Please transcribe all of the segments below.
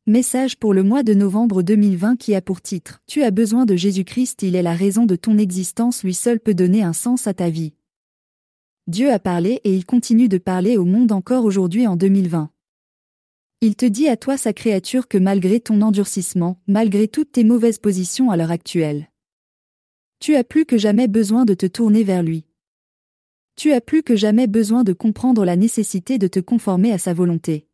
Message pour le mois de novembre 2020 qui a pour titre « Tu as besoin de Jésus-Christ, il est la raison de ton existence, lui seul peut donner un sens à ta vie. » Dieu a parlé et il continue de parler au monde encore aujourd'hui en 2020. Il te dit à toi sa créature que malgré ton endurcissement, malgré toutes tes mauvaises positions à l'heure actuelle, tu as plus que jamais besoin de te tourner vers lui. Tu as plus que jamais besoin de comprendre la nécessité de te conformer à sa volonté.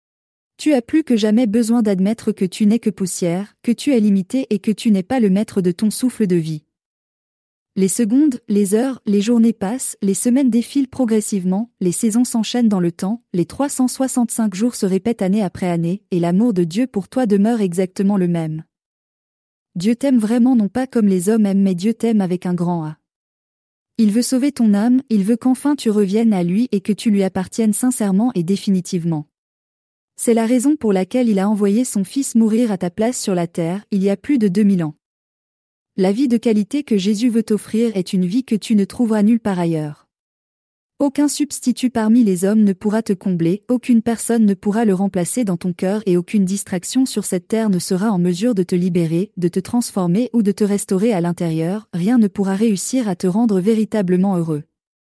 Tu as plus que jamais besoin d'admettre que tu n'es que poussière, que tu es limité et que tu n'es pas le maître de ton souffle de vie. Les secondes, les heures, les journées passent, les semaines défilent progressivement, les saisons s'enchaînent dans le temps, les 365 jours se répètent année après année, et l'amour de Dieu pour toi demeure exactement le même. Dieu t'aime vraiment non pas comme les hommes aiment mais Dieu t'aime avec un grand A. Il veut sauver ton âme, il veut qu'enfin tu reviennes à lui et que tu lui appartiennes sincèrement et définitivement. C'est la raison pour laquelle il a envoyé son Fils mourir à ta place sur la terre, il y a plus de 2000 ans. La vie de qualité que Jésus veut t'offrir est une vie que tu ne trouveras nulle part ailleurs. Aucun substitut parmi les hommes ne pourra te combler, aucune personne ne pourra le remplacer dans ton cœur et aucune distraction sur cette terre ne sera en mesure de te libérer, de te transformer ou de te restaurer à l'intérieur, rien ne pourra réussir à te rendre véritablement heureux.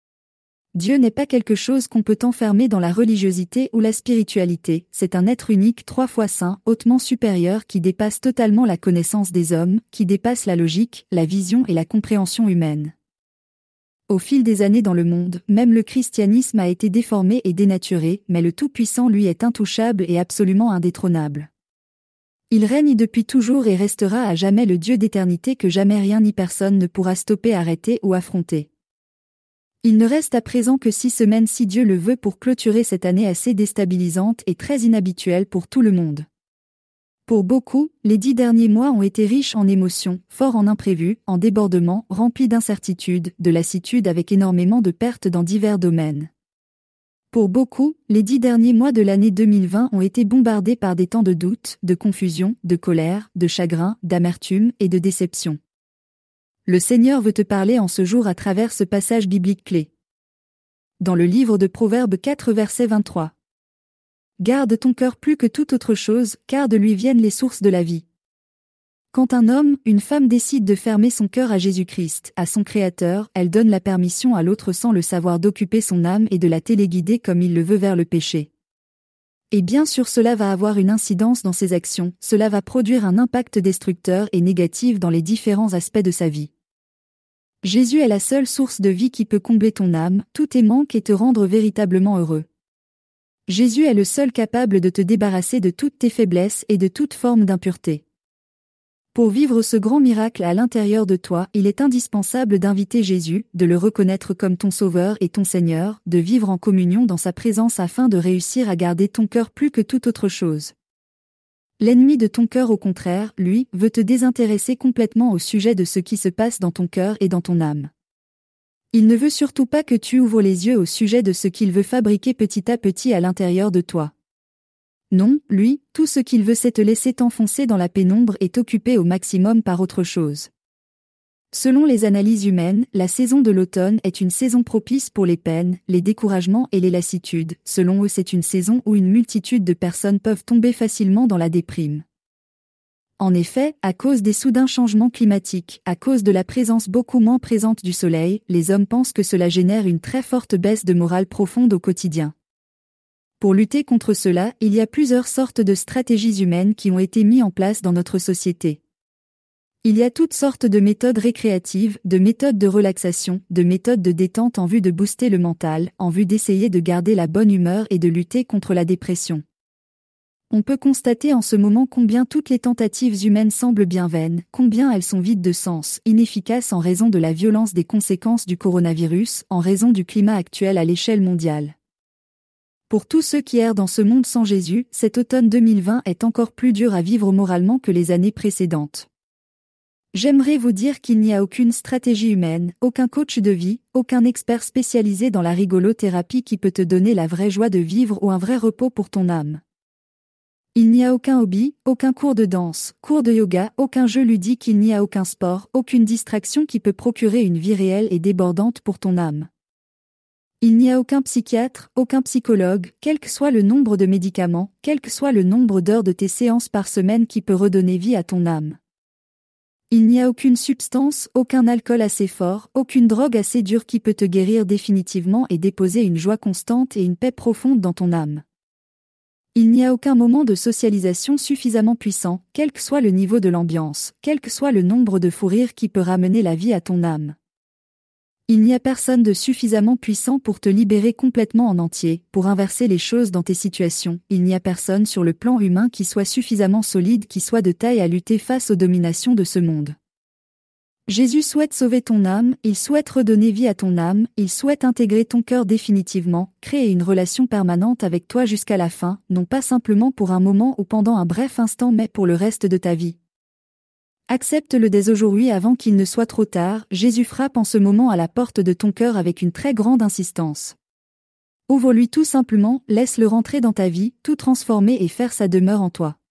Dieu n'est pas quelque chose qu'on peut enfermer dans la religiosité ou la spiritualité, c'est un être unique 3 fois saint, hautement supérieur qui dépasse totalement la connaissance des hommes, qui dépasse la logique, la vision et la compréhension humaine. Au fil des années dans le monde, même le christianisme a été déformé et dénaturé, mais le Tout-Puissant lui est intouchable et absolument indétrônable. Il règne depuis toujours et restera à jamais le Dieu d'éternité que jamais rien ni personne ne pourra stopper, arrêter ou affronter. Il ne reste à présent que 6 semaines si Dieu le veut pour clôturer cette année assez déstabilisante et très inhabituelle pour tout le monde. Pour beaucoup, les 10 derniers mois ont été riches en émotions, forts en imprévus, en débordements, remplis d'incertitudes, de lassitude avec énormément de pertes dans divers domaines. Pour beaucoup, les 10 derniers mois de l'année 2020 ont été bombardés par des temps de doute, de confusion, de colère, de chagrin, d'amertume et de déception. Le Seigneur veut te parler en ce jour à travers ce passage biblique clé. Dans le livre de Proverbes 4 verset 23. Garde ton cœur plus que toute autre chose, car de lui viennent les sources de la vie. Quand un homme, une femme décide de fermer son cœur à Jésus-Christ, à son Créateur, elle donne la permission à l'autre sans le savoir d'occuper son âme et de la téléguider comme il le veut vers le péché. Et bien sûr cela va avoir une incidence dans ses actions, cela va produire un impact destructeur et négatif dans les différents aspects de sa vie. Jésus est la seule source de vie qui peut combler ton âme, tous tes manques et te rendre véritablement heureux. Jésus est le seul capable de te débarrasser de toutes tes faiblesses et de toute forme d'impureté. Pour vivre ce grand miracle à l'intérieur de toi, il est indispensable d'inviter Jésus, de le reconnaître comme ton Sauveur et ton Seigneur, de vivre en communion dans sa présence afin de réussir à garder ton cœur plus que toute autre chose. L'ennemi de ton cœur au contraire, lui, veut te désintéresser complètement au sujet de ce qui se passe dans ton cœur et dans ton âme. Il ne veut surtout pas que tu ouvres les yeux au sujet de ce qu'il veut fabriquer petit à petit à l'intérieur de toi. Non, lui, tout ce qu'il veut c'est te laisser t'enfoncer dans la pénombre et t'occuper au maximum par autre chose. Selon les analyses humaines, la saison de l'automne est une saison propice pour les peines, les découragements et les lassitudes. Selon eux, c'est une saison où une multitude de personnes peuvent tomber facilement dans la déprime. En effet, à cause des soudains changements climatiques, à cause de la présence beaucoup moins présente du soleil, les hommes pensent que cela génère une très forte baisse de morale profonde au quotidien. Pour lutter contre cela, il y a plusieurs sortes de stratégies humaines qui ont été mises en place dans notre société. Il y a toutes sortes de méthodes récréatives, de méthodes de relaxation, de méthodes de détente en vue de booster le mental, en vue d'essayer de garder la bonne humeur et de lutter contre la dépression. On peut constater en ce moment combien toutes les tentatives humaines semblent bien vaines, combien elles sont vides de sens, inefficaces en raison de la violence des conséquences du coronavirus, en raison du climat actuel à l'échelle mondiale. Pour tous ceux qui errent dans ce monde sans Jésus, cet automne 2020 est encore plus dur à vivre moralement que les années précédentes. J'aimerais vous dire qu'il n'y a aucune stratégie humaine, aucun coach de vie, aucun expert spécialisé dans la rigolothérapie qui peut te donner la vraie joie de vivre ou un vrai repos pour ton âme. Il n'y a aucun hobby, aucun cours de danse, cours de yoga, aucun jeu ludique, il n'y a aucun sport, aucune distraction qui peut procurer une vie réelle et débordante pour ton âme. Il n'y a aucun psychiatre, aucun psychologue, quel que soit le nombre de médicaments, quel que soit le nombre d'heures de tes séances par semaine qui peut redonner vie à ton âme. Il n'y a aucune substance, aucun alcool assez fort, aucune drogue assez dure qui peut te guérir définitivement et déposer une joie constante et une paix profonde dans ton âme. Il n'y a aucun moment de socialisation suffisamment puissant, quel que soit le niveau de l'ambiance, quel que soit le nombre de fous rires qui peut ramener la vie à ton âme. Il n'y a personne de suffisamment puissant pour te libérer complètement en entier, pour inverser les choses dans tes situations. Il n'y a personne sur le plan humain qui soit suffisamment solide, qui soit de taille à lutter face aux dominations de ce monde. Jésus souhaite sauver ton âme, il souhaite redonner vie à ton âme, il souhaite intégrer ton cœur définitivement, créer une relation permanente avec toi jusqu'à la fin, non pas simplement pour un moment ou pendant un bref instant mais pour le reste de ta vie. Accepte-le dès aujourd'hui avant qu'il ne soit trop tard. Jésus frappe en ce moment à la porte de ton cœur avec une très grande insistance. Ouvre-lui tout simplement, laisse-le rentrer dans ta vie, tout transformer et faire sa demeure en toi.